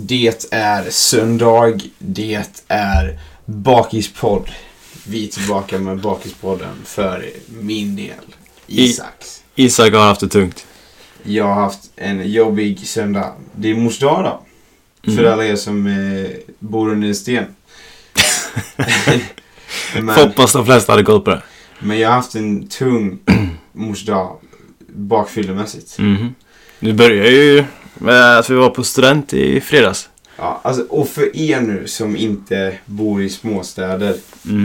Det är söndag, det är Bakispodd. Vi är tillbaka med Bakispodden för min del, Isaks. Isak har haft det tungt. Jag har haft en jobbig söndag. Det är mors dag då. För alla er som bor under en sten. Hoppas de flesta hade koll på det. Men jag har haft en tung mors dag bakfyllemässigt. Nu börjar ju med att vi var på student i fredags. Ja, alltså, och för er nu som inte bor i småstäder.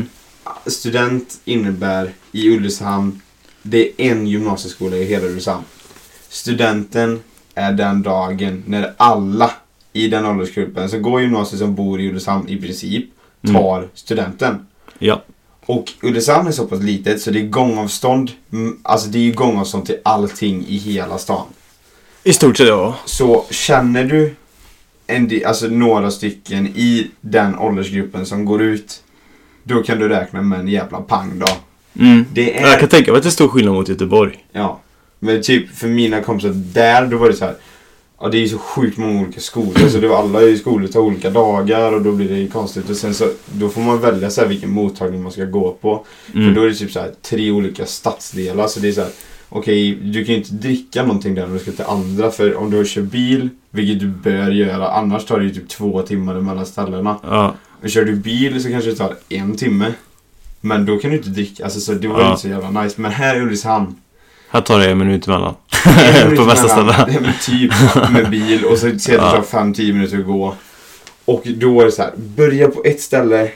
Student innebär i Ulricehamn, det är en gymnasieskola i hela Ulricehamn. Studenten är den dagen när alla i den åldersgruppen som går i gymnasiet som bor i Ulricehamn i princip tar studenten. Ja. Och Ulricehamn är så pass litet så det är gångavstånd. Alltså det är ju gångavstånd till allting i hela stan. I stort sett ja. Så känner du alltså några stycken i den åldersgruppen som går ut, då kan du räkna med en jävla pang då. Det är... Jag kan tänka mig att det är stor skillnad mot Göteborg. Ja. Men typ för mina kompisar där, då var det så här. Ja, det är ju så sjukt många olika skolor. Så det var alla i skolor tar olika dagar. Och då blir det konstigt. Och sen så, då får man välja så här vilken mottagning man ska gå på. För då är det typ så här 3 olika stadsdelar. Så det är så här, okej, du kan ju inte dricka någonting där när du ska till andra. För om du kör bil, vilket du bör göra, annars tar det ju typ 2 timmar mellan ställena. Ja. Och kör du bil så kanske det tar 1 timme. Men då kan du inte dricka. Alltså så det var inte så jävla nice. Men här i Ulricehamn, här tar det 1 minut emellan. På bästa ställen. Typ med bil. Och så ser det tar 5-10 minuter att gå. Och då är det så här. Börja på ett ställe.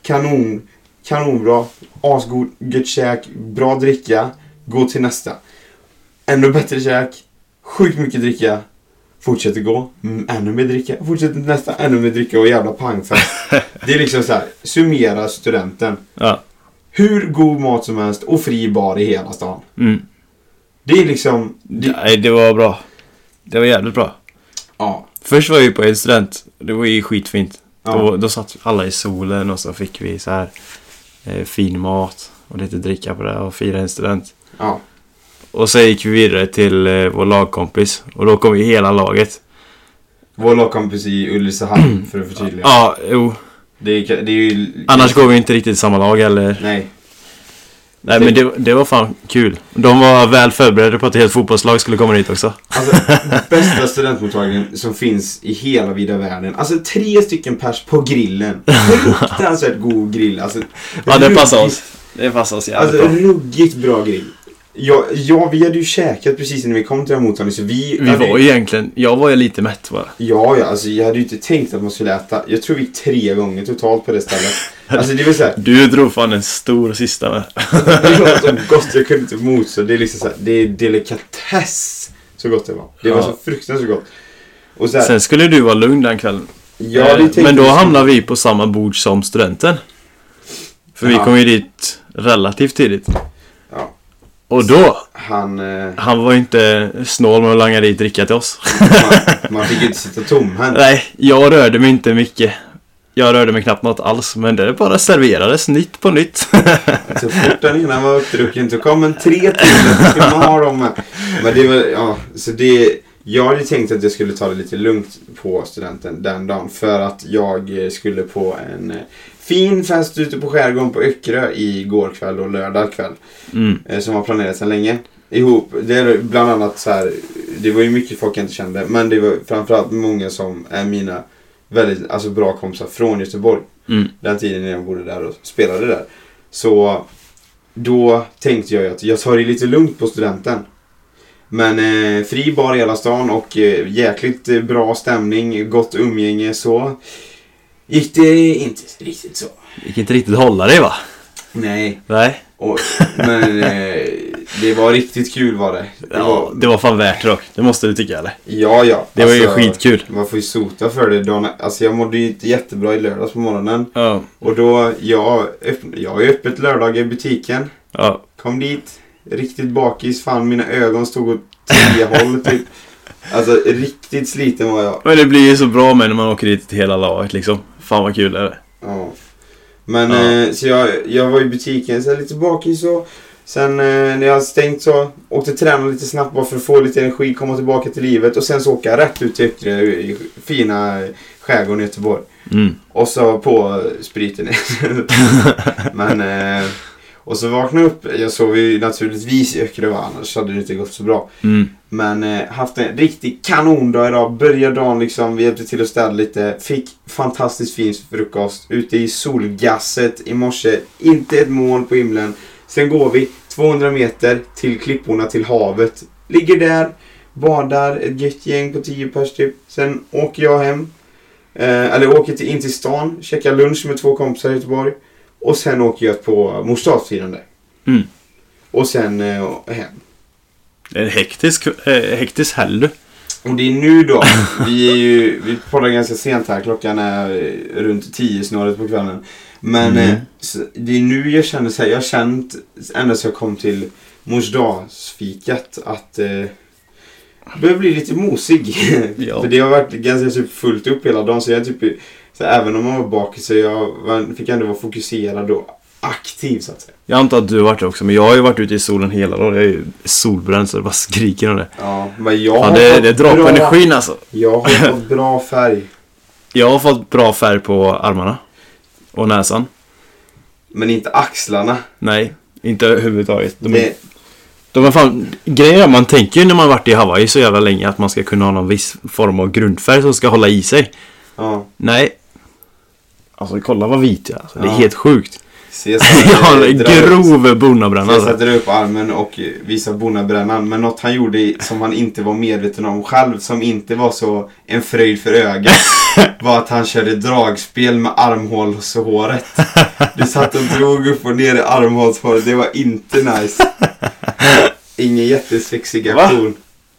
Kanonbra. Asgod. Gött käk. Bra dricka. Gå till nästa. Ännu bättre käk. Sjukt mycket dricka. Fortsätter gå. Ännu mer dricka. Fortsätter till nästa. Ännu mer dricka. Och jävla pangfest. Det är liksom så här. Summera studenten. Ja. Hur god mat som helst. Och fri bar i hela stan. Det är liksom... Nej, det var bra. Det var jävligt bra. Ja. Först var vi på en student. Det var ju skitfint. Ja. Då satt alla i solen och så fick vi så här fin mat och lite dricka på det och fira en student. Ja. Och så gick vi vidare till vår lagkompis. Och då kom vi hela laget. Vår lagkompis i Ulricehamn, för att förtydliga. Ja, jo. Det är ju... Annars går vi inte riktigt i samma lag, eller? Nej, men det var fan kul. De var väl förberedda på att ett helt fotbollslag skulle komma dit också. Alltså, bästa studentmottagningen som finns i hela vida världen. Alltså 3 stycken pers på grillen. Fruktansvärt god grill. Alltså, ja, det passar oss. Det passar oss jävligt bra. Ruggigt bra grill. Ja, vi hade ju käkat precis när vi kom till den mottagningen. Så vi var egentligen... Jag var ju lite mätt bara. Ja, alltså jag hade ju inte tänkt att man skulle äta. Jag tror vi 3 gånger totalt på det stället. Alltså det var så här, du drog fan en stor sista med. Det var så gott, jag kunde inte motstå. Det är liksom så här, det är delikatess så gott det var. Det var så fruktansvärt gott. Och så här, sen skulle du vara lugn den kvällen. Ja, men då hamnar vi på samma bord som studenten. För vi kom ju dit relativt tidigt. Ja. Och då han var inte snål med att langa dit dricka till oss. man fick ju inte sitta tom här. Nej, jag rörde mig inte mycket. Jag rörde mig knappt något alls. Men det bara serverades nytt på nytt. Så fort den innan var uppdrucken så kom en 3 till. Så skulle man ha dem. Men det var, ja, så det... Jag hade tänkt att jag skulle ta det lite lugnt på studenten den dagen. För att jag skulle på en fin fest ute på skärgården på Öckerö igår kväll och lördag kväll. Som var planerat sedan länge. Ihop, det är bland annat så här, det var ju mycket folk jag inte kände. Men det var framförallt många som är mina väldigt bra kompisar från Göteborg. Den tiden när jag bodde där och spelade där. Så då tänkte jag att jag tar det lite lugnt på studenten. Men fri bar i hela stan och jäkligt bra stämning, gott umgänge, så gick det inte riktigt så. Gick inte riktigt hålla det, va? Nej. Men det var riktigt kul var det. Det var fan värt dock. Det måste du tycka, eller? Ja. Det var ju skitkul. Man får ju sota för det. Alltså jag mådde ju inte jättebra i lördags på morgonen. Ja. Och då, jag är öppet lördag i butiken. Ja. Kom dit, riktigt bakis. Fan, mina ögon stod åt 10 håll typ. Alltså riktigt sliten var jag. Men det blir ju så bra med när man åker dit till hela laget liksom. Fan vad kul är det. Ja. Men så jag var i butiken så lite bakis och Sen när jag stängt så åkte träna lite snabbt bara för att få lite energi, komma tillbaka till livet. Och sen så åka rätt ut till Öckerö i fina skärgården i Göteborg. Och så på spriten. Men och så vaknade jag upp. Jag sov ju naturligtvis i Öckerö, annars hade det inte gått så bra. Men haft en riktig kanondag idag. Började dagen liksom, vi hjälpte till att städa lite. Fick fantastiskt fin frukost. Ute i solgasset i morse. Inte ett moln på himlen. Sen går vi 200 meter till klipporna, till havet. Ligger där, badar, ett gött gäng på 10 pers typ. Sen åker jag hem. Eller åker in till stan. Käkar lunch med 2 kompisar i Göteborg. Och sen åker jag på morsdagsfirande. Och sen hem. Det är en hektisk helg. Och det är nu då. Vi poddar ganska sent här. Klockan är runt 10 snarare på kvällen. Men det är nu jag känner så här. Jag har känt ända så jag kom till morsdagsfikat att det börjar bli lite mosig. Ja. För det har varit ganska typ fullt upp hela dagen. Så jag typ, så även om man var bakis så jag fick ändå vara fokuserad och aktiv så att säga. Jag antar att du har varit det också, men jag har ju varit ute i solen hela dagen. Jag är ju solbränd så det bara skriker om det. Ja, men jag har det drar på energin alltså. Jag har fått bra färg. Jag har fått bra färg på armarna och näsan. Men inte axlarna. Nej, inte överhuvudtaget. De är fan grejer. Man tänker ju när man varit i Hawaii så jävla länge att man ska kunna ha någon viss form av grundfärg som ska hålla i sig. Ja. Nej. Alltså kolla vad vit jag är. Alltså, det är helt sjukt. Jag har en grov bonnabränna. Jag sätter upp armen och visar bonnabrännan. Men något han gjorde som han inte var medveten om själv, som inte var så en fröjd för ögat, var att han körde dragspel med armhålshåret. Du satt och drog upp och ner i armhålshåret. Det var inte nice. Ingen jättesexig aktion.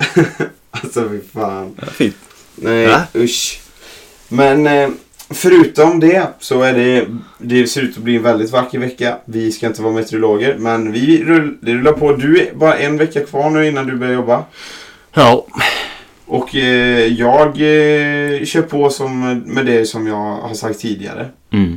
Alltså fy fan. Ja, fint. Nej, usch. Men förutom det så är det ser ut att bli en väldigt vacker vecka. Vi ska inte vara meteorologer, men det rullar på. Du är bara en vecka kvar nu innan du börjar jobba. Ja. Och jag kör på med det som jag har sagt tidigare.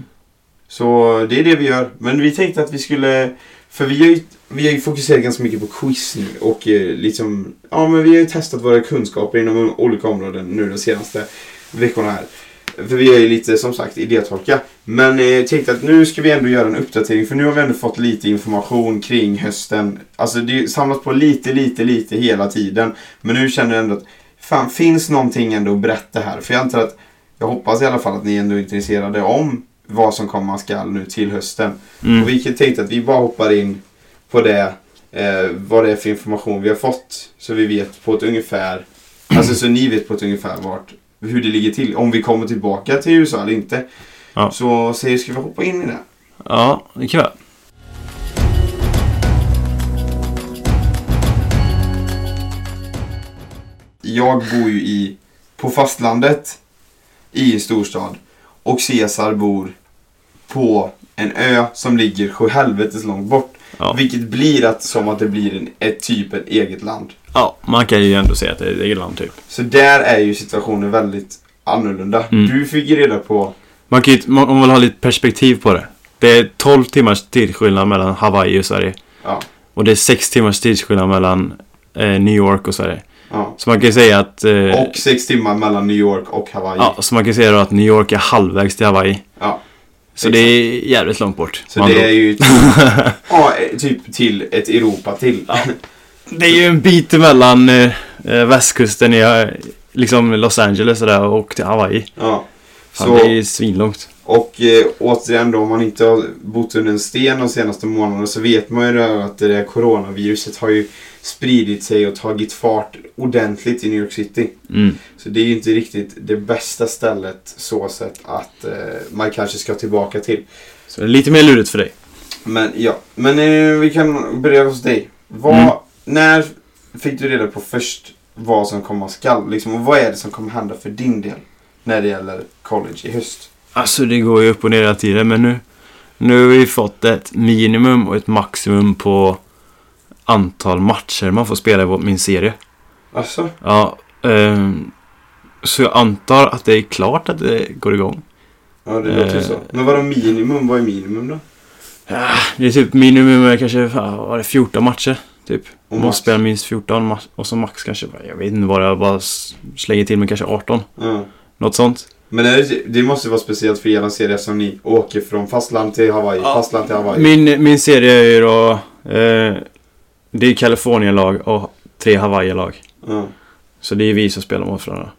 Så det är det vi gör. Men vi tänkte att vi skulle, för vi har ju fokuserat ganska mycket på quiz nu. Och liksom, ja men vi har ju testat våra kunskaper inom olika områden nu de senaste veckorna här. För vi är ju lite som sagt idétorka. Men jag tänkte att nu ska vi ändå göra en uppdatering. För nu har vi ändå fått lite information kring hösten. Alltså det samlas på lite hela tiden. Men nu känner jag ändå att fan, finns någonting ändå att berätta här. För jag hoppas i alla fall att ni ändå är intresserade om vad som komma skall nu till hösten. Och vi tänkte att vi bara hoppar in på det. Vad det är för information vi har fått. Så vi vet på ett ungefär. Alltså så ni vet på ett ungefär hur det ligger till. Om vi kommer tillbaka till USA eller inte. Ja. Så ska vi hoppa in i det. Ja, det kan jag. Jag bor ju på fastlandet i en storstad. Och Cesar bor på en ö som ligger 7 helvetes långt bort. Ja. Vilket blir som att det blir ett eget land. Ja, man kan ju ändå säga att det är ett eget land typ. Så där är ju situationen väldigt annorlunda. Du fick ju reda på... Man vill ha lite perspektiv på det. Det är 12 timmars tidsskillnad mellan Hawaii och Sverige. Ja. Och det är 6 timmars tidsskillnad mellan New York och Sverige. Ja. Så man kan säga att... och 6 timmar mellan New York och Hawaii. Ja, så man kan säga då att New York är halvvägs till Hawaii. Ja. Så det är jävligt långt bort. Så det är ju typ till ett Europa till. Ja. Det är ju en bit mellan västkusten i liksom Los Angeles och till Hawaii. Ja. Så det är svinlångt. Och återigen då, om man inte har bott under en sten de senaste månaderna så vet man ju att det där coronaviruset har ju spridit sig och tagit fart ordentligt i New York City. Så det är ju inte riktigt det bästa stället så sett att man kanske ska tillbaka till. Så det är lite mer lurigt för dig. Men ja, vi kan börja hos dig. När fick du reda på först vad som kommer skall? Liksom, och vad är det som kommer hända för din del när det gäller college i höst? Alltså det går ju upp och ner hela tiden, men nu har vi fått ett minimum och ett maximum på antal matcher man får spela i min serie. Alltså? Ja, så jag antar att det är klart att det går igång. Ja, det låter så. Men vad är minimum? Vad är minimum då? Det är typ minimum kanske var det 14 matcher typ. Och måste spela minst 14 och så max kanske, jag vet inte vad jag bara slänger till med kanske 18. Något sånt. Men det måste vara speciellt för er serie som ni åker från fastland till Hawaii. Fastland till Hawaii. Min serie är ju då det är Kalifornien-lag och 3 Hawaii-lag. Så det är vi som spelar mot varandra.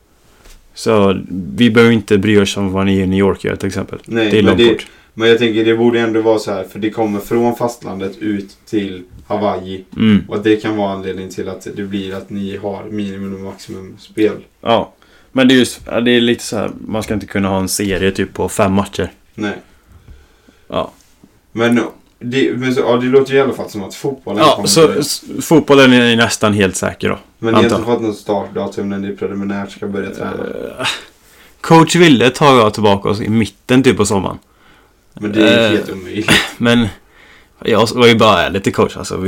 Så vi behöver inte bry oss om vad ni i New York gör till exempel. Nej, det är långt bort. Men jag tänker det borde ändå vara så här, för det kommer från fastlandet ut till Hawaii. Och att det kan vara anledning till att det blir att ni har minimum och maximum spel. Ja, men det är just det är lite så här, man ska inte kunna ha en serie typ på 5 matcher. Nej. Ja. Men det låter i alla fall som att fotbollen kommer så fotbollen är nästan helt säker då. Men ni har inte fått något startdatum när ni preliminärt ska börja träna? Coach ville ta tillbaka oss i mitten typ på sommaren. Men det är helt omöjligt. Men jag var ju bara ärlig till coach. Alltså,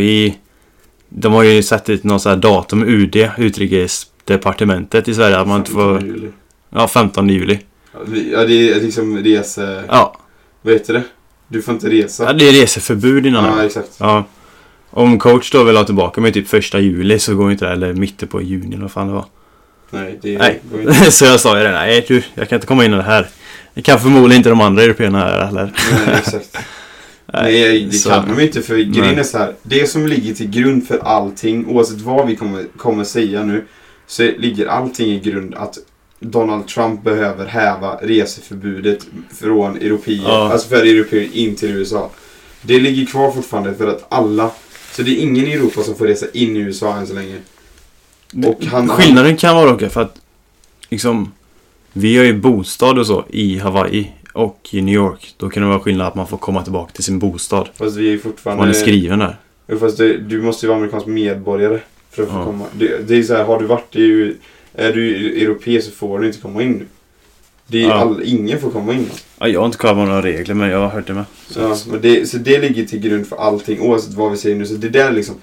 de har ju sett ut någon så här datum UD, utrikesdepartementet i Sverige. Att man inte får... Juli. Ja, 15 juli. Ja, det är liksom Ja. Vad heter det? Du får inte resa. Ja, det är reseförbud innan. Ja, exakt. Ja. Om coach då vill ha tillbaka med typ 1 juli så går inte det. Eller mitten på juni eller vad fan det var. Nej, går inte. Så jag sa ju det. Nej, du, jag kan inte komma in i det här. Det kan förmodligen inte de andra européerna här heller. Nej, exakt. Nej, det kan de inte, för grejen är så här. Det som ligger till grund för allting, oavsett vad vi kommer säga nu, så ligger allting i grund att Donald Trump behöver häva reseförbudet från europeer, alltså för europeer in till USA. Det ligger kvar fortfarande för att alla, så det är ingen i Europa som får resa in i USA än så länge. Och skillnaden kan vara okej för att liksom vi har ju bostad och så i Hawaii och i New York. Då kan det vara skillnad att man får komma tillbaka till sin bostad. Fast vi är fortfarande... Man är skriven där. Fast du måste ju vara amerikansk medborgare för att få komma. Det är så här, har du varit är du europé så får du inte komma in nu. Det är ingen får komma in. Ja, jag har inte kollat på några regler, men jag har hört det med. Men det ligger till grund för allting, oavsett vad vi säger nu. Så det där är liksom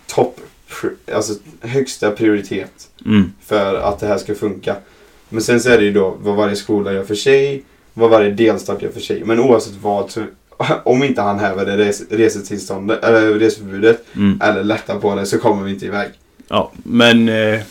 alltså högsta prioritet för att det här ska funka. Men sen så är det ju då vad varje skola gör för sig, vad varje delstat gör för sig. Men oavsett vad, så, om inte han häver det resetillståndet eller reseförbudet eller lättar på det, så kommer vi inte iväg. Ja, men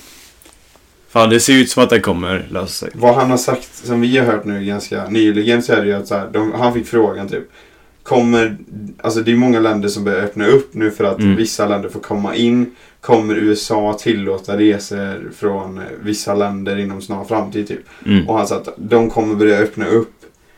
fan, det ser ut som att det kommer lösa sig. Vad han har sagt, som vi har hört nu ganska nyligen, så är det ju att så här, han fick frågan typ, alltså det är många länder som börjar öppna upp nu för att vissa länder får komma in. Kommer USA tillåta resor från vissa länder inom snar framtid typ. Och han sa att de kommer börja öppna upp.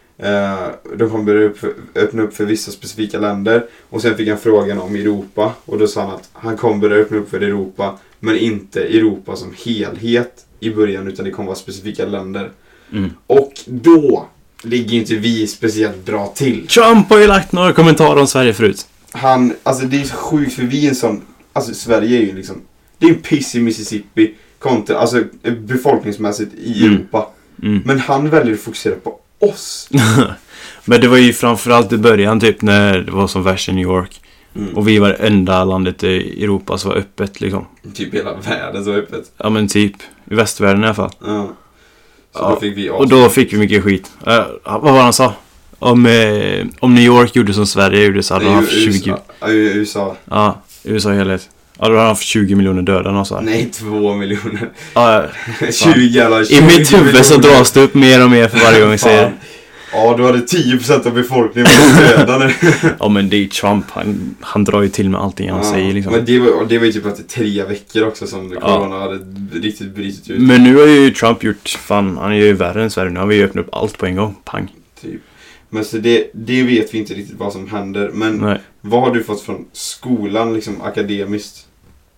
De kommer börja öppna upp för vissa specifika länder. Och sen fick han frågan om Europa. Och då sa han att han kommer börja öppna upp för Europa, men inte Europa som helhet i början, utan det kommer vara specifika länder. Och då ligger inte vi speciellt bra till. Trump har ju lagt några kommentarer om Sverige förut. Alltså det är så sjukt, för vi är en sån, alltså Sverige är ju liksom, det är en piss i Mississippi kontra, alltså befolkningsmässigt i Europa. Men han väljer att fokusera på oss. Men det var ju framförallt i början typ när det var som värst i New York. Och vi var det enda landet i Europa som var öppet liksom. Typ hela världen så öppet. Ja, men typ i västvärlden i alla fall. Ja. Så då fick vi och då fick vi mycket skit. Vad var han sa? Om New York gjorde som Sverige gjorde, så hade de haft 20... USA. Ja, USA helhet. Ja, då hade de haft 20 miljoner döda och så här. Nej, 2 miljoner. Ja, 20 eller 20. I mitt huvud så dras det upp mer och mer för varje gång jag säger. Ja, du hade 10% av befolkningen döda. Ja, men det är Trump. Han drar ju till med allting han säger liksom. Men det var ju typ efter 3 veckor också som corona hade riktigt brutit ut. Men nu har ju Trump gjort, fan, han är ju värre än Sverige. Nu har vi ju öppnat upp allt på en gång. Pang. Typ. Men så det vet vi inte riktigt vad som händer. Men vad har du fått från skolan liksom akademiskt?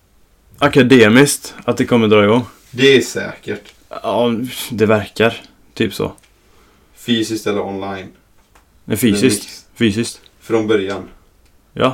Akademiskt? Att det kommer dra igång? Det är säkert. Ja, det verkar. Typ så. Fysiskt eller online? Nej, fysiskt. Från början? Ja.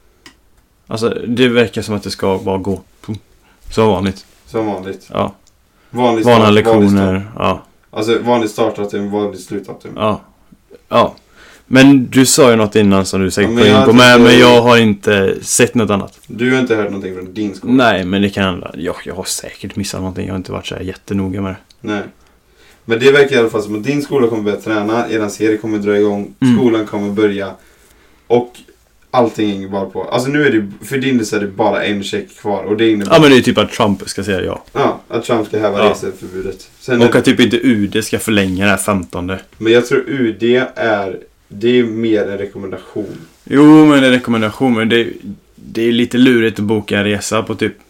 Alltså, det verkar som att det ska bara gå. Som vanligt. Som vanligt? Ja. Vanliga lektioner, ja. Alltså vanligt startdatum, vanligt slutdatum? Ja. Men du sa ju något innan som du säkert var in på. Men jag har inte sett något annat. Du har inte hört någonting från din skola? Nej, men det kan... Jag har säkert missat någonting. Jag har inte varit så här jättenoga med det. Nej. Men det verkar i alla fall som att din skola kommer börja träna. Er serie kommer dra igång. Skolan kommer börja. Och Allting hänger bara på. Alltså nu är det, för din del så är det bara en check kvar. Och det innebär... Ja, men det är typ att Trump ska säga ja. Ja, att Trump ska häva reseförbudet. Sen och att typ inte UD ska förlänga det här 15. Men jag tror UD det är mer en rekommendation. Jo, men det är en rekommendation. Men det är lite lurigt att boka en resa på typ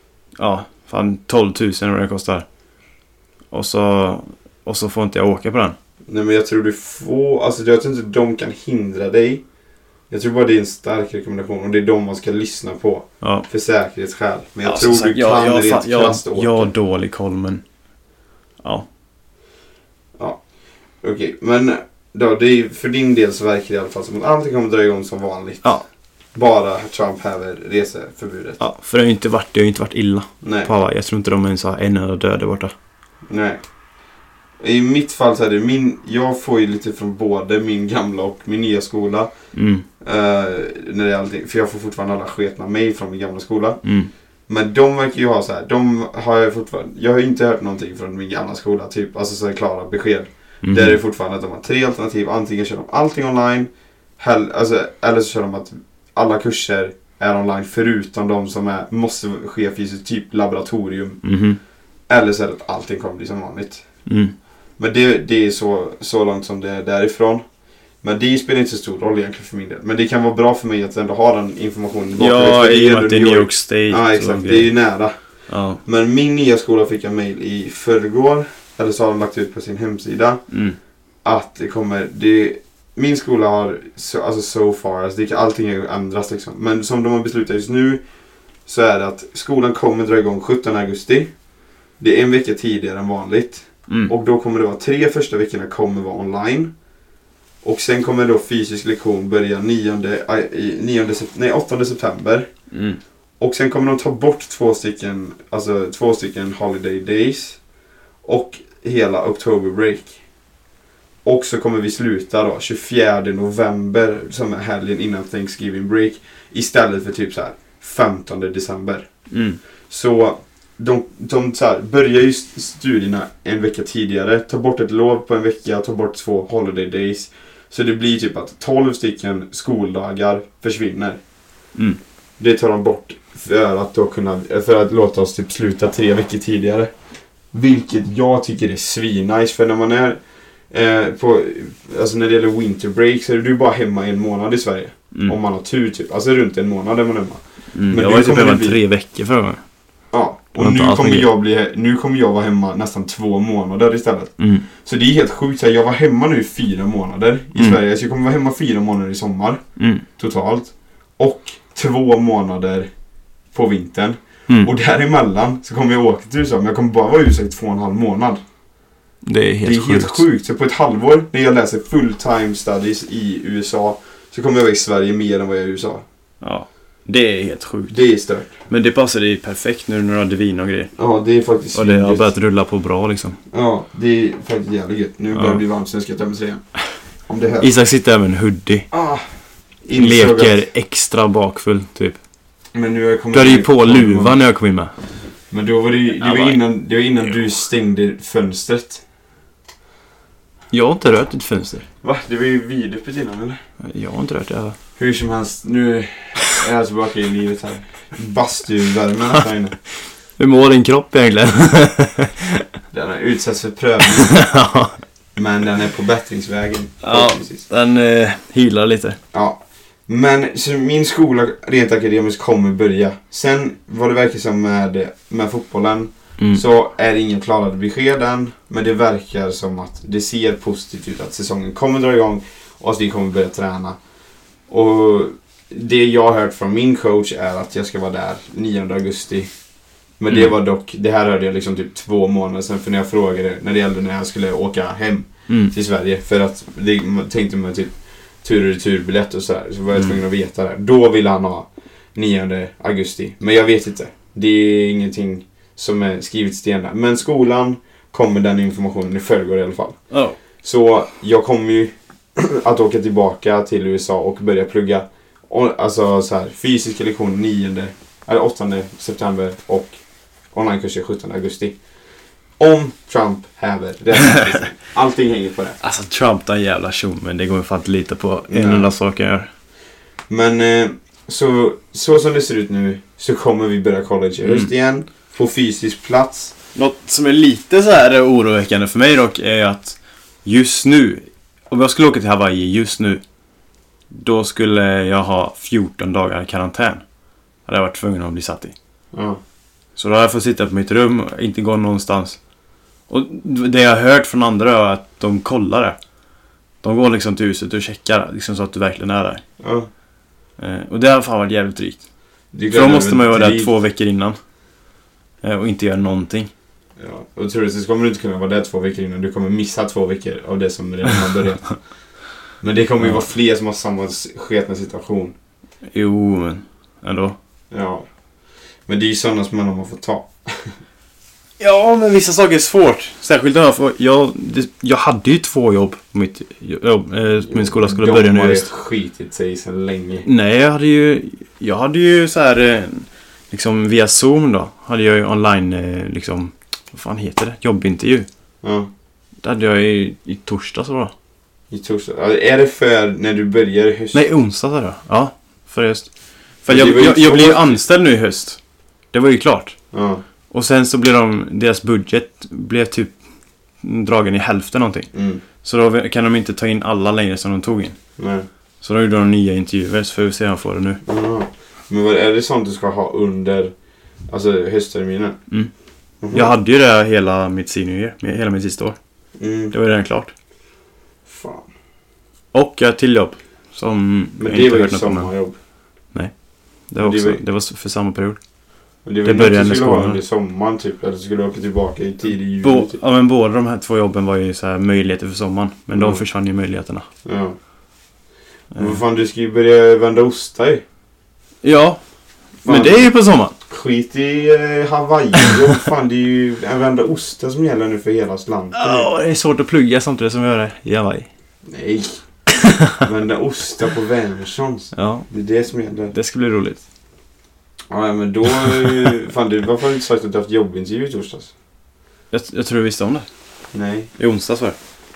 12 000 vad det kostar. Och så får inte jag åka på den. Nej, men jag tror du får... Alltså jag tror inte de kan hindra dig. Jag tror bara det är en stark rekommendation. Och det är de man ska lyssna på. Ja. För säkerhetsskäl. Men jag tror sagt, du kan rent krasst åka. Jag har dålig koll, men... Ja. Ja. Okej, men... Då, det är, för din del så verkar det i alla fall som att allting kommer dra igång som vanligt. Ja. Bara Trump häver reseförbudet. Ja, för det har ju inte varit illa. Nej. På Hawaii. Jag tror inte de ens har en enda död borta. Nej. I mitt fall så är det jag får ju lite från både min gamla och min nya skola. När det är allting, för jag får fortfarande alla sketna mejl från min gamla skola. Men de verkar ju ha så här, jag har inte hört någonting från min gamla skola typ, alltså så här klara besked. Där är det fortfarande att de har 3 alternativ. Antingen kör de allting online, eller så kör de att alla kurser är online förutom de som måste ske fysiskt, typ laboratorium. Eller så är det att allting kommer bli som vanligt. Men det är så långt som det är därifrån. Men det spelar inte så stor roll egentligen för min del. Men det kan vara bra för mig att ändå ha den informationen. Ja, i och med att det är New York State. Ja, exakt. Det är ju nära. Ja. Men min nya skola fick jag mejl i förrgår. Eller så har de lagt ut på sin hemsida. Att det kommer... min skola har so far. Alltså allting är ändras liksom. Men som de har beslutat just nu. Så är det att skolan kommer dra igång 17 augusti. Det är en vecka tidigare än vanligt. Och då kommer det vara 3 första veckorna kommer vara online. Och sen kommer då fysisk lektion börja 8 september. Och sen kommer de ta bort 2 stycken holiday days. Och hela October break. Och så kommer vi sluta då 24 november som är helgen innan Thanksgiving break. Istället för typ så här 15 december. Så de så här, börjar ju studierna en vecka tidigare. Ta bort ett lov på en vecka. Ta bort 2 holiday days. Så det blir typ att 12 stycken skoldagar försvinner. Det tar de bort för att låta oss typ sluta 3 veckor tidigare. Vilket jag tycker är svinnice. För när man är när det gäller winter break så är du bara hemma 1 månad i Sverige. Om man har tur typ. Alltså runt 1 månad är man hemma. Men jag var typ hemma 3 veckor för mig. Ja, och nu kommer jag vara hemma nästan 2 månader istället. Så det är helt sjukt. Så jag var hemma nu 4 månader i Sverige. Så jag kommer vara hemma 4 månader i sommar. Totalt. Och 2 månader på vintern. Och däremellan så kommer jag åka till USA. Men jag kommer bara vara i USA i 2,5 månad. Det är helt sjukt. Så på ett halvår när jag läser full-time studies i USA så kommer jag vara i Sverige mer än vad jag är i USA. Ja. Det är helt sjukt. Det är stört. Men det passar dig perfekt nu när du hade vin och grejer. Ja, det är faktiskt... Och det har börjat rulla på bra liksom. Ja, det är faktiskt jävligt gött. Nu börjar det bli varmt så jag ska ta mig igen. Om det här. Isak sitter här med en hoodie. Leker extra bakfull typ. Men nu du hade ju på luvan när jag kom in med. Men då var det var innan du stängde fönstret. Jag har inte rört ett fönster. Va? Det var ju vidöppet innan eller? Jag har inte rört det. Hur som helst, nu är jag tillbaka i livet här. Bastuvärmen här inne. Hur mår din kropp egentligen? Den har utsatts för prövning. Men den är på bättringsvägen. Ja, den healar lite. Ja. Men så min skola rent akademiskt kommer börja. Sen vad det verkar som med fotbollen så är det inga klarade besked än. Men det verkar som att det ser positivt ut att säsongen kommer dra igång och att vi kommer börja träna. Och det jag har hört från min coach är att jag ska vara där 9 augusti. Men det var dock, det här hörde jag liksom typ 2 månader sedan för när jag frågade när det gällde när jag skulle åka hem till Sverige. För att det tänkte man typ tur- och returbiljett och sådär. Så var jag tvungen att veta det. Då ville han ha 9 augusti. Men jag vet inte. Det är ingenting som är skrivet i sten där. Men skolan kommer den informationen i förrgår i alla fall. Så jag kommer ju att åka tillbaka till USA och börja plugga. Alltså så här, fysiska lektioner 8 september och onlinekurser 17 augusti. Om Trump häver det. Allting hänger på det. Alltså Trump är en jävla tjom, men det går ju fan inte lita på en enda sak jag gör. Men så som det ser ut nu så kommer vi börja college i höst igen. På fysisk plats. Något som är lite så här oroväckande för mig dock är att just nu, om jag skulle åka till Hawaii just nu, då skulle jag ha 14 dagar i karantän. Hade jag varit tvungen att bli satt i. Ja. Så då har jag fått sitta på mitt rum och inte gå någonstans. Och det jag har hört från andra är att de kollar det. De går liksom till huset och checkar liksom så att du verkligen är där. Ja. Och det har fan varit jävligt drygt. För då måste man ju vara där 2 veckor innan. Och inte göra någonting. Ja, och troligtvis kommer du inte kunna vara där 2 veckor innan. Du kommer missa 2 veckor av det som redan har börjat. Men det kommer ju vara fler som har samma sketna situation. Jo, men ändå. Ja. Men det är ju sådana som man har fått ta. Ja, men vissa saker är svårt. Särskilt när jag hade ju 2 jobb på mitt jobb. Min skola skulle börja nu. De har ju skitit sig så länge. Nej, jag hade ju så här liksom via Zoom då. Hade jag ju online liksom, vad fan heter det? Jobbintervju. Ja. Det hade jag i torsdag så då. I torsdag? Ja, är det för när du börjar i höst? Nej, onsdag så då. Ja, för just. För jag blir ju anställd nu i höst. Det var ju klart. Ja. Och sen så blev deras budget blev typ dragen i hälften någonting. Så då kan de inte ta in alla längre som de tog in. Nej. Så då gjorde de nya intervjuer, så får vi se om jag får det nu. Ja. Men vad är det sånt du ska ha under höstterminen? Jag hade ju det hela mitt senior year, hela mitt sista år. Det var redan klart. Fan. Och jag till jobb som men det var ju sommarjobb. Nej. Det var för samma period. Det började när skolan under sommaren typ, eller skulle åka tillbaka i tidig juli typ. Ja, men båda de här 2 jobben var ju så här möjligheter för sommaren, men de försvann ju möjligheterna. Ja. Men vad fan, du ska ju börja vända ostar ju. Ja. Fan. Men det är ju på sommaren. Skit i Hawaii. Fan, det är ju en vända ostar som gäller nu för hela slanten. Ja, det är svårt att plugga samtidigt som vi gör det i Hawaii. Nej. Vända ostar på Vänerssons. Ja. Det är det som gäller. Det ska bli roligt. Ja, men då... fan, varför har du inte sagt att du har haft jobbintervju i torsdags? Jag tror du visste om det. Nej. I onsdags var det.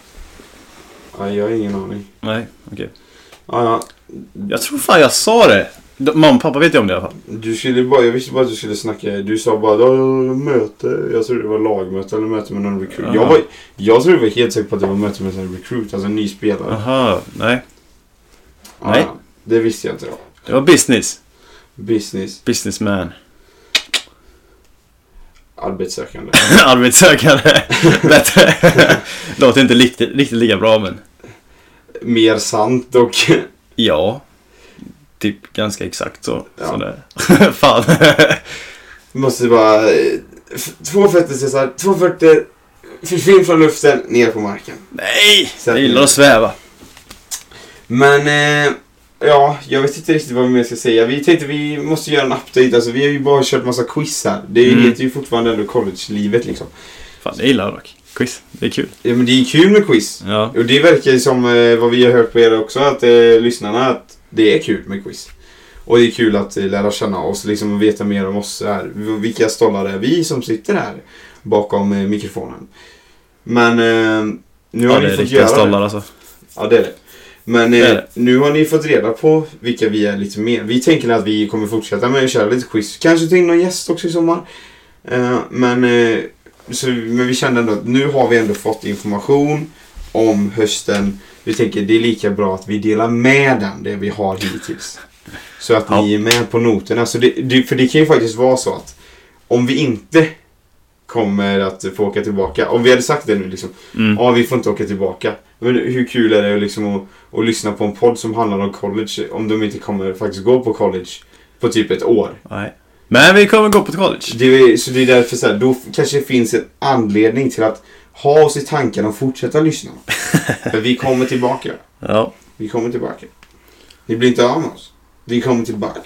Ja, jag har ingen aning. Nej, okej. Ja. Jag tror fan jag sa det. Mamma och pappa vet ju om det i alla fall. Jag visste bara att du skulle snacka. Du sa bara möte. Jag tror det var lagmöte eller möte med någon recruit. Jag tror det var helt säker på att det var möte med en recruit, alltså en ny spelare. Aha, nej. Ja, nej. Det visste jag inte då. Det var business. Businessman. Arbetssökande. Arbetssökande. Bättre. Låter inte riktigt lika bra, men mer sant och ja. Typ ganska exakt så. Ja. Sådär. Fan. Måste bara 2 fötter Cesar, 2 fötter försvinn från luften ner på marken. Nej, jag gillar att sväva. Men ja, jag vet inte riktigt vad vi mer ska säga. Vi tänkte vi måste göra en update. Alltså vi har ju bara kört massa quiz här. Det heter ju fortfarande ändå college-livet liksom. Fan, det gillar jag dock. Quiz, det är kul. Ja, men det är kul med quiz. Ja. Och det verkar ju som vad vi har hört på er också, att lyssnarna, att det är kul med quiz. Och det är kul att lära känna oss liksom, och veta mer om oss här. Vilka stollar är vi som sitter här bakom mikrofonen. Men nu har ni fått göra stollar, alltså. Ja, det är det. Men nu har ni fått reda på vilka vi är lite mer. Vi tänker att vi kommer fortsätta med att köra lite quiz. Kanske ta in någon gäst också i sommar. Men vi kände ändå att nu har vi ändå fått information om hösten. Vi tänker det är lika bra att vi delar med den, det vi har hittills. Så att ni är med på noterna. Så för det kan ju faktiskt vara så att om vi inte kommer att få åka tillbaka. Om vi hade sagt det nu liksom. Ja, vi får inte åka tillbaka. Men hur kul är det liksom att lyssna på en podd som handlar om college om de inte kommer faktiskt gå på college på typ ett år. Nej. Men vi kommer gå på college. Så det är därför så här, då kanske det finns en anledning till att ha oss i tanken och fortsätta lyssna. För vi kommer tillbaka. Ja. Vi kommer tillbaka. Ni blir inte av med oss. Vi kommer tillbaka.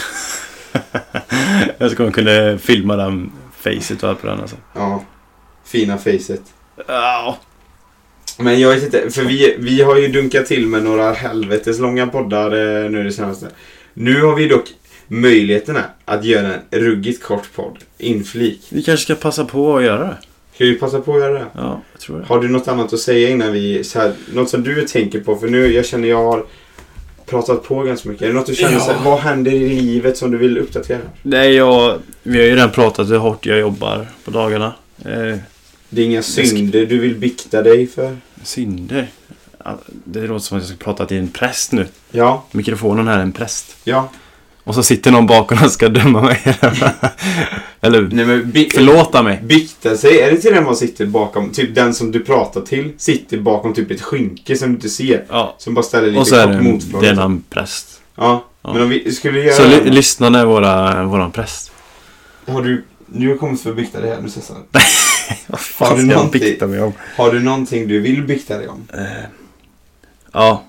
Jag ska kunna filma den facet och allt på den alltså. Ja. Fina facet. Ja. Men jag vet inte, för vi har ju dunkat till med några helvetes långa poddar nu det senaste. Nu har vi dock möjligheterna att göra en ruggigt kort podd. Inflik. Vi kanske ska passa på att göra det. Ska vi passa på att göra det? Ja, jag tror det. Har du något annat att säga innan vi... Så här, något som du tänker på? För nu, jag känner jag har pratat på ganska mycket. Är det något du känner så här, vad händer i livet som du vill uppdatera? Nej, vi har ju redan pratat hur hårt jag jobbar på dagarna. Det är inga synder du vill bikta dig för? Synder? Det låter som att jag ska prata till en präst nu. Ja. Mikrofonen här är en präst. Ja. Och så sitter någon bakom och ska döma mig. Eller förlåta mig. Bikta sig, är det till den man sitter bakom? Typ den som du pratar till sitter bakom typ ett skynke som du inte ser. Ja. Som bara ställer lite och så är kort motfrågor. det en präst. Ja. Men om vi skulle göra... Så lyssna när våran präst. Har du... Nu har kommit för att bikta dig här nu, Cesar. Vad fan ska jag bikta mig om? Har du någonting du vill bikta dig om? Ja.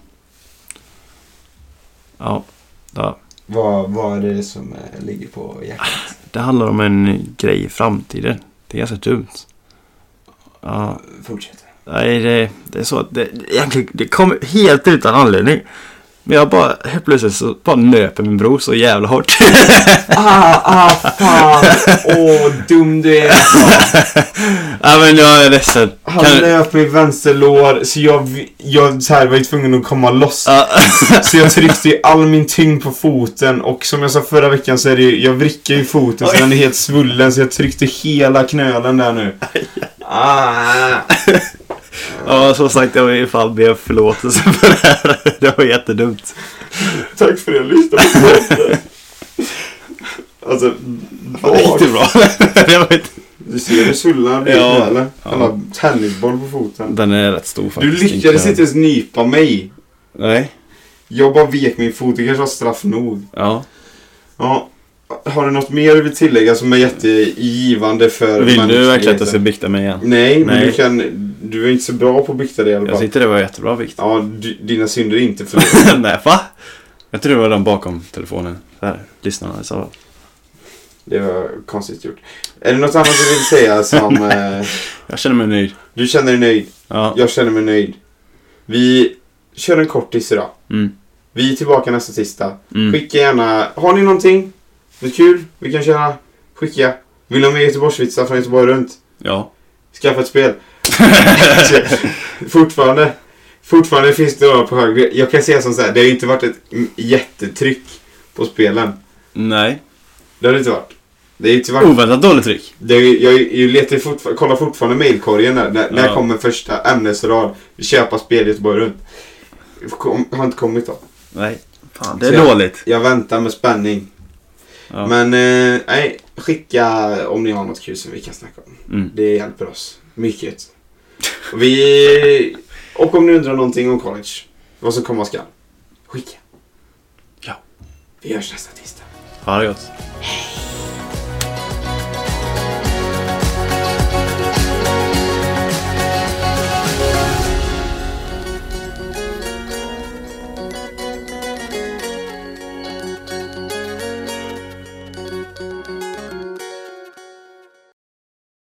Vad är det som ligger på hjärtat? Det handlar om en grej i framtiden. Det är ganska dumt. Ja. Fortsätt. Nej, det är så att det kommer helt utan anledning. Men jag bara helt plötsligt så bara nöper min bror så jävla hårt. Fan. Dum du är. Ja, men jag är ledsen. Han nöp mig vänsterlår så jag så här var ju tvungen att komma loss. Så jag tryckte ju all min tyngd på foten. Och som jag sa förra veckan så är det jag vrickar ju foten så den är helt svullen. Så jag tryckte hela knölen där nu. Ja, som sagt, jag vill i fall be förlåtelse för det här. Det var jättedumt. Tack för det, lyssna på det. Alltså, det gick det bra. Jag vet. Du ser hur svullan blir eller? Han har tennisboll på foten. Den är rätt stor faktiskt. Du lyckades inte ens nypa mig. Nej. Jag bara vek min fot, det kanske var straff nog. Ja. Ja. Har du något mer du vill tillägga som är jättegivande för... Vill du verkligen att jag ska bikta mig igen? Nej, men du är inte så bra på att bikta dig i alla fall. Jag tyckte det var jättebra bikt. Ja, dina synder är inte för... Nej, va? Jag tror det var den bakom telefonen. Där, lyssnarna sa. Det var konstigt gjort. Är det något annat du vill säga som... Jag känner mig nöjd. Du känner dig nöjd? Ja. Jag känner mig nöjd. Vi kör en kortis idag. Vi är tillbaka nästa tisdag. Skicka gärna... Har ni någonting? Det är kul. Vi kan köra. Skicka. Vill ni ha med Göteborgsvitsar från Göteborg runt? Ja. Skaffa ett spel. Fortfarande finns det några på högre. Jag kan säga som så här. Det har inte varit ett jättetryck på spelen. Nej. Det har det inte varit. Det är inte varit... Oväntat dåligt tryck. Jag letar kollar fortfarande mailkorgen när kommer första ämnesrad. Köpa spel i Göteborg runt. Har inte kommit då. Nej. Fan, det är dåligt. Jag väntar med spänning. Ja. Men nej, skicka om ni har något kul som vi kan snacka om. Det hjälper oss mycket. Och om ni undrar någonting om college, vad som komma skall, skicka. Ja. Vi hörs nästa tisdag. Ha det gott. Hej.